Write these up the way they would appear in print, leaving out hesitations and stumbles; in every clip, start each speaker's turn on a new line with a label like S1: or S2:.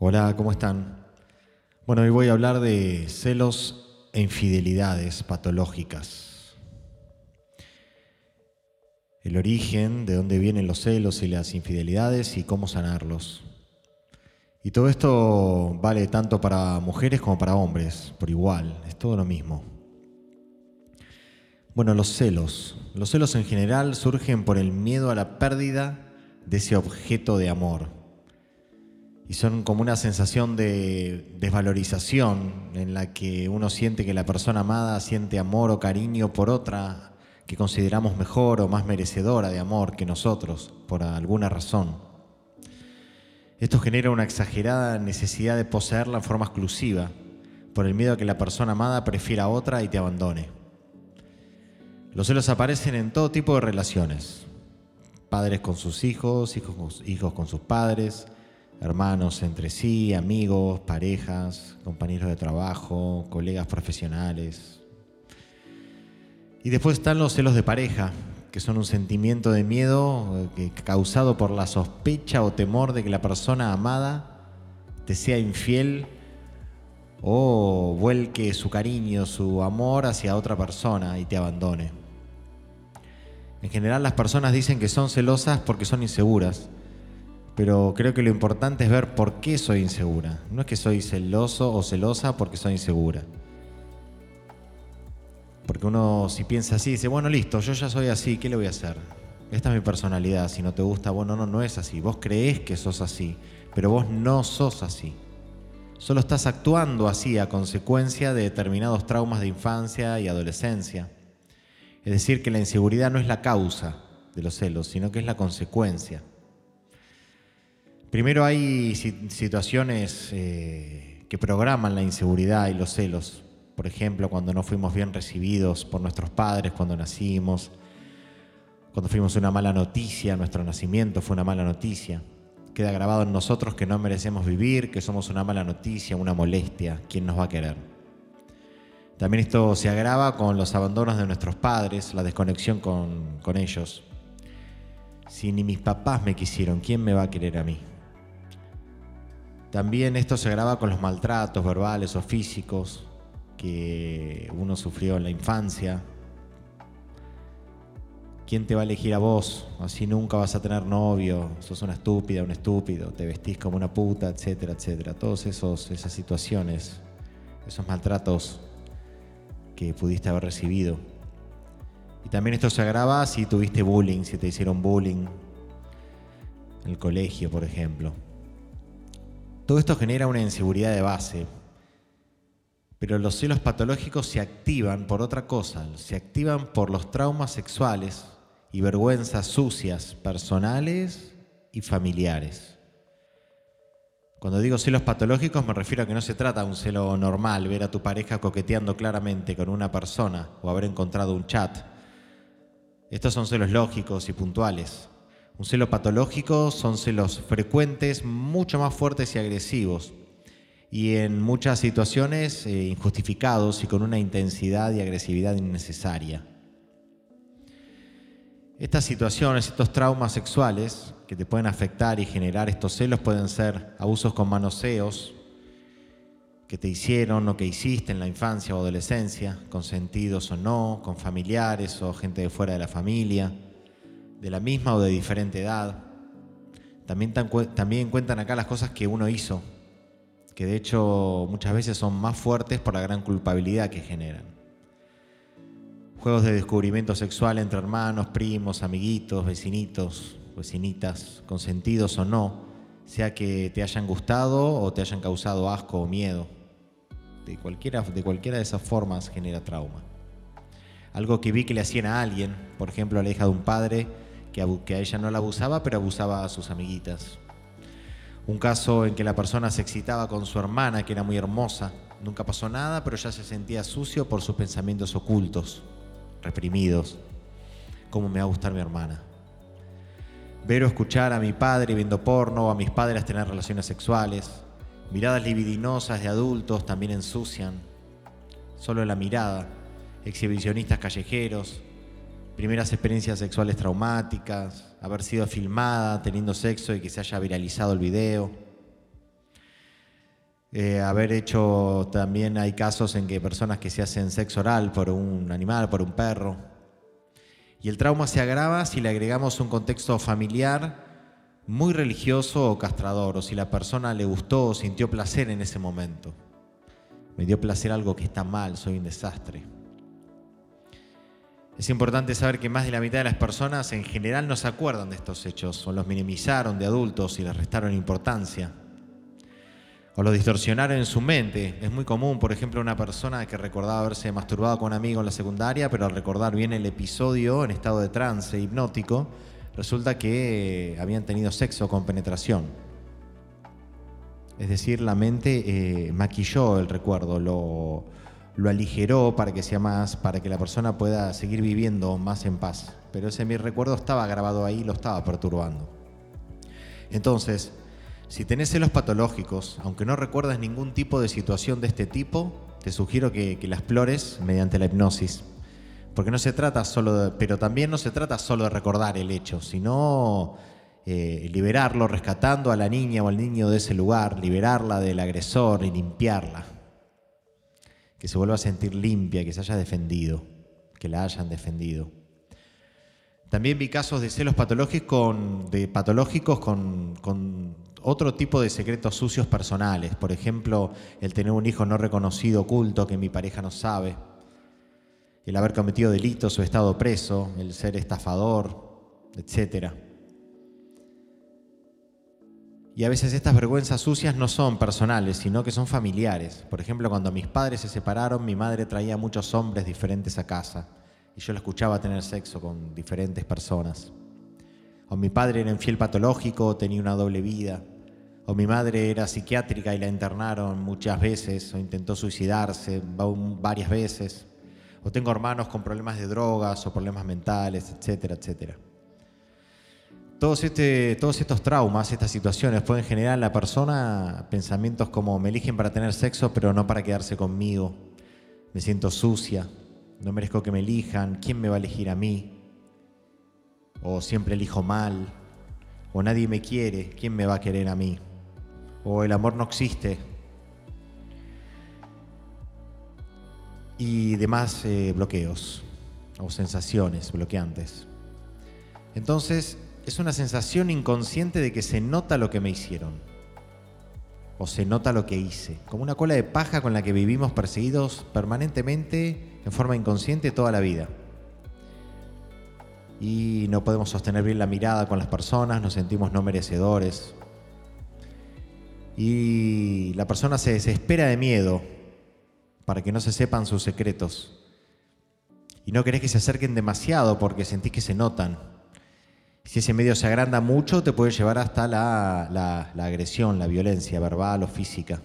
S1: Hola, ¿cómo están? Bueno, hoy voy a hablar de celos e infidelidades patológicas. El origen, de dónde vienen los celos y las infidelidades y cómo sanarlos. Y todo esto vale tanto para mujeres como para hombres, por igual, es todo lo mismo. Bueno, los celos. Los celos en general surgen por el miedo a la pérdida de ese objeto de amor. Y son como una sensación de desvalorización en la que uno siente que la persona amada siente amor o cariño por otra que consideramos mejor o más merecedora de amor que nosotros, por alguna razón. Esto genera una exagerada necesidad de poseerla en forma exclusiva, por el miedo a que la persona amada prefiera a otra y te abandone. Los celos aparecen en todo tipo de relaciones. Padres con sus hijos, hijos con sus padres, hermanos entre sí, amigos, parejas, compañeros de trabajo, colegas profesionales. Y después están los celos de pareja, que son un sentimiento de miedo causado por la sospecha o temor de que la persona amada te sea infiel o vuelque su cariño, su amor hacia otra persona y te abandone. En general las personas dicen que son celosas porque son inseguras, pero creo que lo importante es ver por qué soy insegura. No es que soy celoso o celosa porque soy insegura. Porque uno si piensa así, dice, bueno, listo, yo ya soy así, ¿qué le voy a hacer? Esta es mi personalidad, si no te gusta, bueno, no es así. Vos creés que sos así, pero vos no sos así. Solo estás actuando así a consecuencia de determinados traumas de infancia y adolescencia. Es decir, que la inseguridad no es la causa de los celos, sino que es la consecuencia. Primero hay situaciones que programan la inseguridad y los celos. Por ejemplo, cuando no fuimos bien recibidos por nuestros padres cuando nacimos, cuando fuimos una mala noticia, nuestro nacimiento fue una mala noticia. Queda grabado en nosotros que no merecemos vivir, que somos una mala noticia, una molestia. ¿Quién nos va a querer? También esto se agrava con los abandonos de nuestros padres, la desconexión con ellos. Si ni mis papás me quisieron, ¿quién me va a querer a mí? También esto se agrava con los maltratos verbales o físicos que uno sufrió en la infancia. ¿Quién te va a elegir a vos? Así nunca vas a tener novio, sos una estúpida, un estúpido, te vestís como una puta, etcétera, etcétera. Todas esas situaciones, esos maltratos que pudiste haber recibido. Y también esto se agrava si tuviste bullying, si te hicieron bullying en el colegio, por ejemplo. Todo esto genera una inseguridad de base. Pero los celos patológicos se activan por otra cosa, se activan por los traumas sexuales y vergüenzas sucias, personales y familiares. Cuando digo celos patológicos me refiero a que no se trata de un celo normal, ver a tu pareja coqueteando claramente con una persona o haber encontrado un chat. Estos son celos lógicos y puntuales. Un celo patológico son celos frecuentes, mucho más fuertes y agresivos. Y en muchas situaciones injustificados y con una intensidad y agresividad innecesaria. Estas situaciones, estos traumas sexuales que te pueden afectar y generar estos celos pueden ser abusos con manoseos que te hicieron o que hiciste en la infancia o adolescencia, consentidos o no, con familiares o gente de fuera de la familia, de la misma o de diferente edad. También cuentan acá las cosas que uno hizo, que de hecho muchas veces son más fuertes por la gran culpabilidad que generan. Juegos de descubrimiento sexual entre hermanos, primos, amiguitos, vecinitos, vecinitas, consentidos o no, sea que te hayan gustado o te hayan causado asco o miedo. De cualquiera de esas formas genera trauma. Algo que vi que le hacían a alguien, por ejemplo a la hija de un padre que a ella no la abusaba, pero abusaba a sus amiguitas. Un caso en que la persona se excitaba con su hermana, que era muy hermosa. Nunca pasó nada, pero ya se sentía sucio por sus pensamientos ocultos, reprimidos. ¿Cómo me va a gustar mi hermana? Ver o escuchar a mi padre viendo porno o a mis padres tener relaciones sexuales. Miradas libidinosas de adultos también ensucian. Solo la mirada. Exhibicionistas callejeros. Primeras experiencias sexuales traumáticas, haber sido filmada teniendo sexo y que se haya viralizado el video. También hay casos en que personas que se hacen sexo oral por un animal, por un perro. Y el trauma se agrava si le agregamos un contexto familiar muy religioso o castrador, o si la persona le gustó o sintió placer en ese momento. Me dio placer algo que está mal, soy un desastre. Es importante saber que más de la mitad de las personas en general no se acuerdan de estos hechos, o los minimizaron de adultos y les restaron importancia, o los distorsionaron en su mente. Es muy común, por ejemplo, una persona que recordaba haberse masturbado con un amigo en la secundaria, pero al recordar bien el episodio en estado de trance hipnótico, resulta que habían tenido sexo con penetración. Es decir, la mente maquilló el recuerdo, lo aligeró para que sea más, para que la persona pueda seguir viviendo más en paz. Pero ese mi recuerdo estaba grabado ahí y lo estaba perturbando. Entonces, si tenés celos patológicos, aunque no recuerdas ningún tipo de situación de este tipo, te sugiero que la explores mediante la hipnosis. Porque no se trata pero también no se trata solo de recordar el hecho, sino liberarlo, rescatando a la niña o al niño de ese lugar, liberarla del agresor y limpiarla. Que se vuelva a sentir limpia, que se haya defendido, que la hayan defendido. También vi casos de celos patológicos con otro tipo de secretos sucios personales. Por ejemplo, el tener un hijo no reconocido, oculto, que mi pareja no sabe. El haber cometido delitos o estado preso, el ser estafador, etc. Y a veces estas vergüenzas sucias no son personales, sino que son familiares. Por ejemplo, cuando mis padres se separaron, mi madre traía muchos hombres diferentes a casa y yo la escuchaba tener sexo con diferentes personas. O mi padre era infiel patológico, tenía una doble vida. O mi madre era psiquiátrica y la internaron muchas veces, o intentó suicidarse varias veces. O tengo hermanos con problemas de drogas o problemas mentales, etcétera, etcétera. Todos estos traumas, estas situaciones pueden generar en la persona pensamientos como: me eligen para tener sexo pero no para quedarse conmigo, me siento sucia, no merezco que me elijan, ¿quién me va a elegir a mí? O siempre elijo mal, o nadie me quiere, ¿quién me va a querer a mí? O el amor no existe. Y demás bloqueos o sensaciones bloqueantes. Entonces, es una sensación inconsciente de que se nota lo que me hicieron o se nota lo que hice, como una cola de paja con la que vivimos perseguidos permanentemente en forma inconsciente toda la vida. Y no podemos sostener bien la mirada con las personas, nos sentimos no merecedores. Y la persona se desespera de miedo para que no se sepan sus secretos. Y no querés que se acerquen demasiado porque sentís que se notan. Si ese medio se agranda mucho, te puede llevar hasta la agresión, la violencia verbal o física.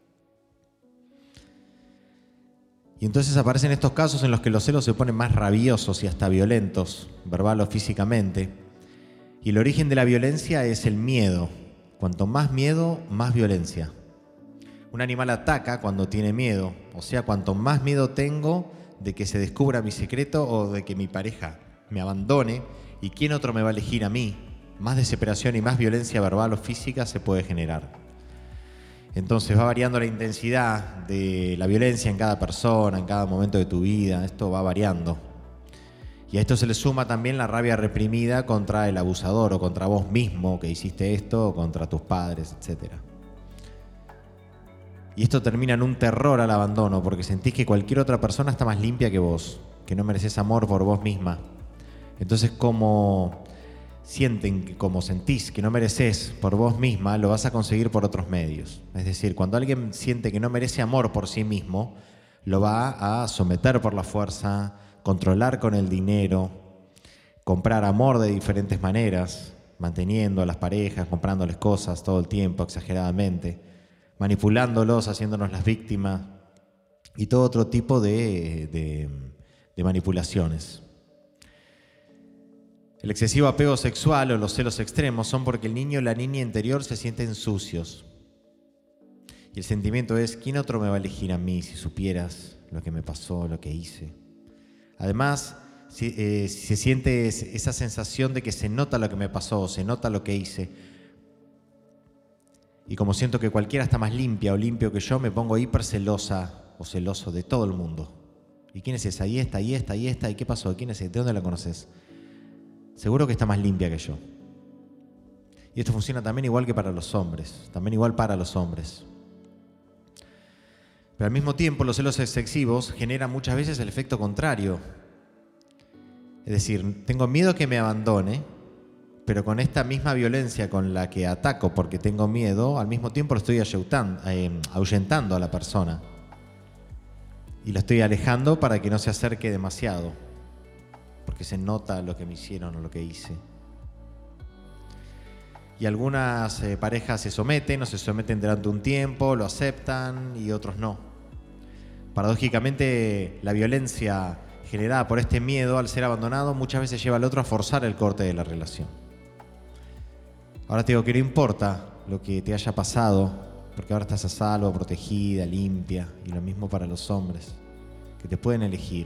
S1: Y entonces aparecen estos casos en los que los celos se ponen más rabiosos y hasta violentos, verbal o físicamente. Y el origen de la violencia es el miedo. Cuanto más miedo, más violencia. Un animal ataca cuando tiene miedo. O sea, cuanto más miedo tengo de que se descubra mi secreto o de que mi pareja me abandone, ¿y quién otro me va a elegir a mí? Más desesperación y más violencia verbal o física se puede generar. Entonces va variando la intensidad de la violencia en cada persona, en cada momento de tu vida. Esto va variando. Y a esto se le suma también la rabia reprimida contra el abusador o contra vos mismo que hiciste esto, o contra tus padres, etc. Y esto termina en un terror al abandono porque sentís que cualquier otra persona está más limpia que vos, que no mereces amor por vos misma. Entonces, como sentís que no mereces por vos misma, lo vas a conseguir por otros medios. Es decir, cuando alguien siente que no merece amor por sí mismo, lo va a someter por la fuerza, controlar con el dinero, comprar amor de diferentes maneras, manteniendo a las parejas, comprándoles cosas todo el tiempo, exageradamente, manipulándolos, haciéndonos las víctimas y todo otro tipo de manipulaciones. El excesivo apego sexual o los celos extremos son porque el niño o la niña interior se sienten sucios. Y el sentimiento es: ¿quién otro me va a elegir a mí si supieras lo que me pasó, lo que hice? Además, se siente esa sensación de que se nota lo que me pasó, se nota lo que hice. Y como siento que cualquiera está más limpia o limpio que yo, me pongo hiper celosa o celoso de todo el mundo. ¿Y quién es esa? Y esta, y esta, y esta. ¿Y qué pasó? ¿Quién es esa? ¿De dónde la conoces? Seguro que está más limpia que yo. Y esto funciona también igual que para los hombres. También igual para los hombres. Pero al mismo tiempo, los celos excesivos generan muchas veces el efecto contrario. Es decir, tengo miedo que me abandone, pero con esta misma violencia con la que ataco porque tengo miedo, al mismo tiempo lo estoy ahuyentando a la persona. Y lo estoy alejando para que no se acerque demasiado, porque se nota lo que me hicieron o lo que hice. Y algunas parejas se someten o se someten durante un tiempo, lo aceptan y otros no. Paradójicamente, la violencia generada por este miedo al ser abandonado muchas veces lleva al otro a forzar el corte de la relación. Ahora te digo que no importa lo que te haya pasado, porque ahora estás a salvo, protegida, limpia, y lo mismo para los hombres, que te pueden elegir.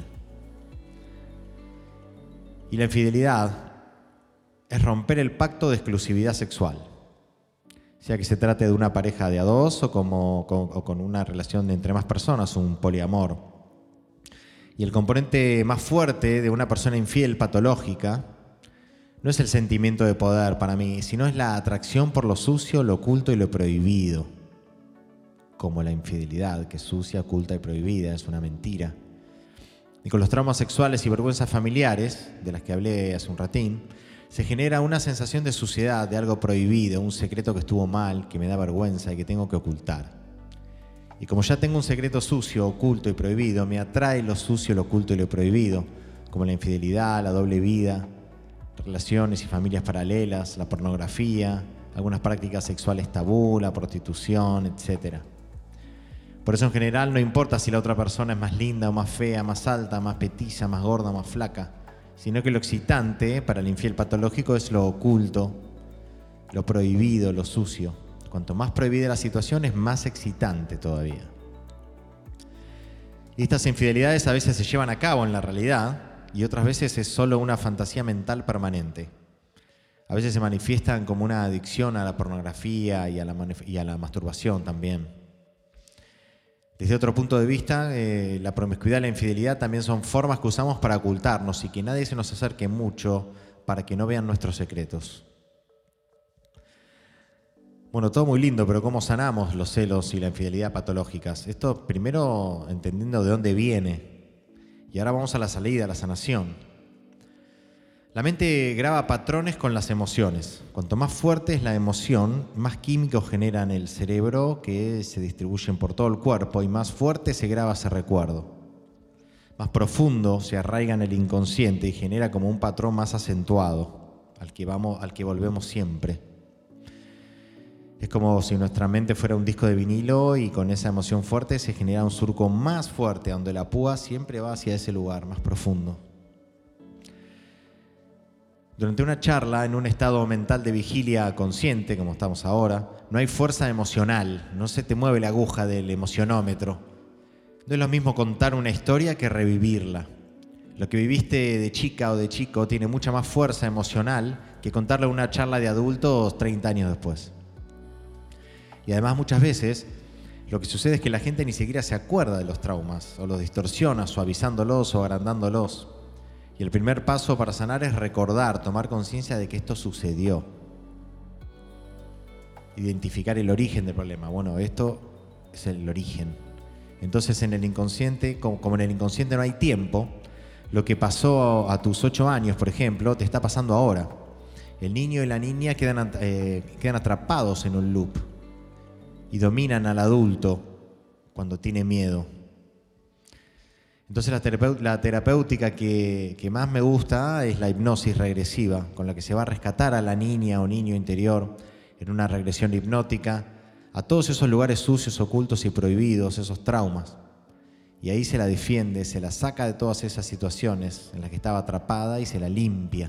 S1: Y la infidelidad es romper el pacto de exclusividad sexual, sea que se trate de una pareja de a dos o con una relación entre más personas, un poliamor. Y el componente más fuerte de una persona infiel patológica no es el sentimiento de poder para mí, sino es la atracción por lo sucio, lo oculto y lo prohibido. Como la infidelidad, que es sucia, oculta y prohibida, es una mentira. Y con los traumas sexuales y vergüenzas familiares, de las que hablé hace un ratín, se genera una sensación de suciedad, de algo prohibido, un secreto que estuvo mal, que me da vergüenza y que tengo que ocultar. Y como ya tengo un secreto sucio, oculto y prohibido, me atrae lo sucio, lo oculto y lo prohibido, como la infidelidad, la doble vida, relaciones y familias paralelas, la pornografía, algunas prácticas sexuales tabú, la prostitución, etc. Por eso en general no importa si la otra persona es más linda o más fea, más alta, más petiza, más gorda, más flaca, sino que lo excitante para el infiel patológico es lo oculto, lo prohibido, lo sucio. Cuanto más prohibida la situación, es más excitante todavía. Y estas infidelidades a veces se llevan a cabo en la realidad y otras veces es solo una fantasía mental permanente. A veces se manifiestan como una adicción a la pornografía y a la masturbación también. Desde otro punto de vista, la promiscuidad y la infidelidad también son formas que usamos para ocultarnos y que nadie se nos acerque mucho para que no vean nuestros secretos. Bueno, todo muy lindo, pero ¿cómo sanamos los celos y la infidelidad patológicas? Esto primero entendiendo de dónde viene. Y ahora vamos a la salida, a la sanación. La mente graba patrones con las emociones. Cuanto más fuerte es la emoción, más químicos genera en el cerebro que se distribuyen por todo el cuerpo y más fuerte se graba ese recuerdo. Más profundo se arraiga en el inconsciente y genera como un patrón más acentuado al que volvemos siempre. Es como si nuestra mente fuera un disco de vinilo y con esa emoción fuerte se genera un surco más fuerte donde la púa siempre va hacia ese lugar más profundo. Durante una charla en un estado mental de vigilia consciente, como estamos ahora, no hay fuerza emocional, no se te mueve la aguja del emocionómetro. No es lo mismo contar una historia que revivirla. Lo que viviste de chica o de chico tiene mucha más fuerza emocional que contarlo en una charla de adultos 30 años después. Y además muchas veces lo que sucede es que la gente ni siquiera se acuerda de los traumas o los distorsiona suavizándolos o agrandándolos. Y el primer paso para sanar es recordar, tomar conciencia de que esto sucedió. Identificar el origen del problema. Bueno, esto es el origen. Entonces en el inconsciente, como en el inconsciente no hay tiempo, lo que pasó a tus 8 años, por ejemplo, te está pasando ahora. El niño y la niña quedan atrapados en un loop y dominan al adulto cuando tiene miedo. Entonces la terapéutica que más me gusta es la hipnosis regresiva, con la que se va a rescatar a la niña o niño interior en una regresión hipnótica a todos esos lugares sucios, ocultos y prohibidos, esos traumas. Y ahí se la defiende, se la saca de todas esas situaciones en las que estaba atrapada y se la limpia.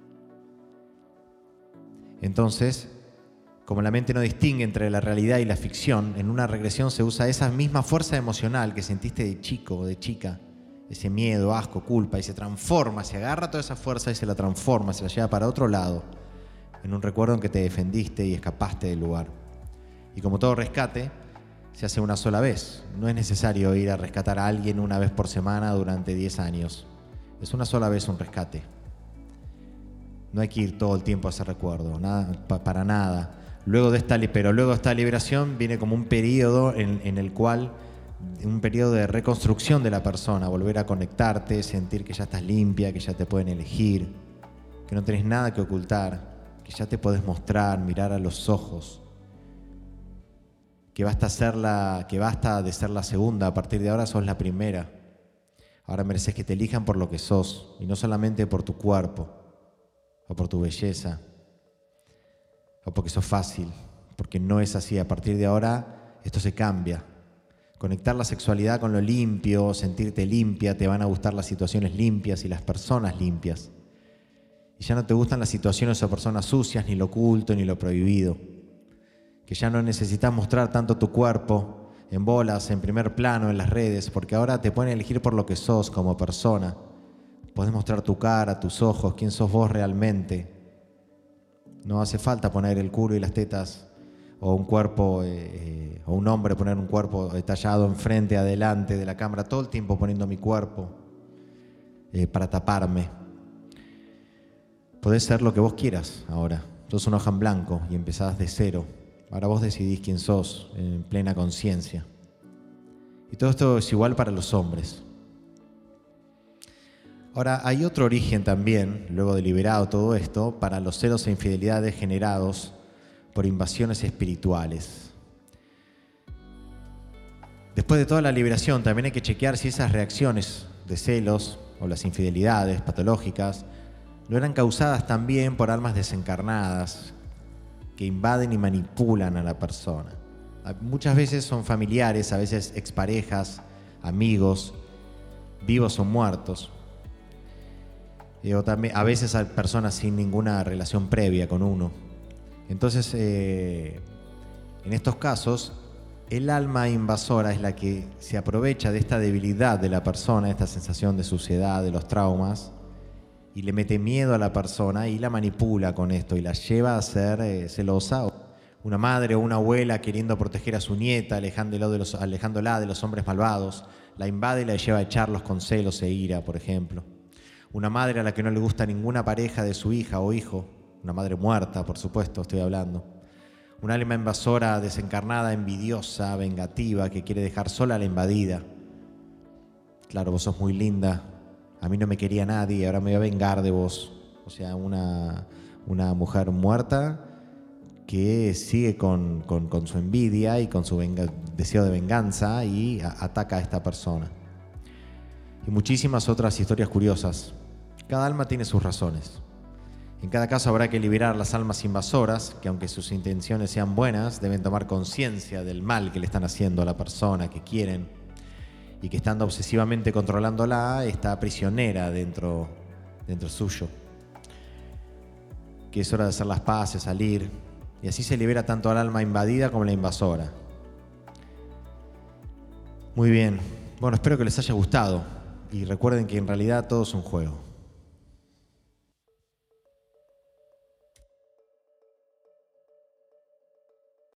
S1: Entonces, como la mente no distingue entre la realidad y la ficción, en una regresión se usa esa misma fuerza emocional que sentiste de chico o de chica, ese miedo, asco, culpa, y se transforma, se agarra toda esa fuerza y se la transforma, se la lleva para otro lado, en un recuerdo en que te defendiste y escapaste del lugar. Y como todo rescate, se hace una sola vez. No es necesario ir a rescatar a alguien una vez por semana durante 10 años. Es una sola vez un rescate. No hay que ir todo el tiempo a ese recuerdo, para nada. Luego de esta liberación viene como un periodo en el cual, un periodo de reconstrucción de la persona, volver a conectarte, sentir que ya estás limpia, que ya te pueden elegir, que no tenés nada que ocultar, que ya te podés mostrar, mirar a los ojos, que basta de ser la segunda, a partir de ahora sos la primera. Ahora mereces que te elijan por lo que sos y no solamente por tu cuerpo o por tu belleza o porque sos fácil, porque no es así. A partir de ahora esto se cambia. Conectar la sexualidad con lo limpio, sentirte limpia, te van a gustar las situaciones limpias y las personas limpias. Y ya no te gustan las situaciones o personas sucias, ni lo oculto, ni lo prohibido. Que ya no necesitas mostrar tanto tu cuerpo en bolas, en primer plano, en las redes, porque ahora te pueden elegir por lo que sos como persona. Podés mostrar tu cara, tus ojos, quién sos vos realmente. No hace falta poner el culo y las tetas o un cuerpo, o un hombre poner un cuerpo detallado enfrente, adelante de la cámara, todo el tiempo poniendo mi cuerpo para taparme. Podés ser lo que vos quieras ahora. Sos una hoja en blanco y empezás de cero. Ahora vos decidís quién sos en plena conciencia. Y todo esto es igual para los hombres. Ahora, hay otro origen también, luego de liberado todo esto, para los celos e infidelidades generados por invasiones espirituales. Después de toda la liberación, también hay que chequear si esas reacciones de celos o las infidelidades patológicas no eran causadas también por almas desencarnadas que invaden y manipulan a la persona. Muchas veces son familiares, a veces exparejas, amigos, vivos o muertos. O también, a veces hay personas sin ninguna relación previa con uno. Entonces, en estos casos, el alma invasora es la que se aprovecha de esta debilidad de la persona, esta sensación de suciedad, de los traumas, y le mete miedo a la persona y la manipula con esto y la lleva a ser celosa. Una madre o una abuela queriendo proteger a su nieta, alejándola de los hombres malvados, la invade y la lleva a echarlos con celos e ira, por ejemplo. Una madre a la que no le gusta ninguna pareja de su hija o hijo, una madre muerta, por supuesto, estoy hablando. Un alma invasora desencarnada, envidiosa, vengativa, que quiere dejar sola a la invadida. Claro, vos sos muy linda, a mí no me quería nadie, ahora me voy a vengar de vos. O sea, una mujer muerta que sigue con su envidia y con su deseo de venganza y ataca a esta persona. Y muchísimas otras historias curiosas. Cada alma tiene sus razones. En cada caso habrá que liberar las almas invasoras, que aunque sus intenciones sean buenas, deben tomar conciencia del mal que le están haciendo a la persona que quieren y que estando obsesivamente controlándola, está prisionera dentro suyo. Que es hora de hacer las paces, salir, y así se libera tanto al alma invadida como la invasora. Muy bien. Bueno, espero que les haya gustado y recuerden que en realidad todo es un juego.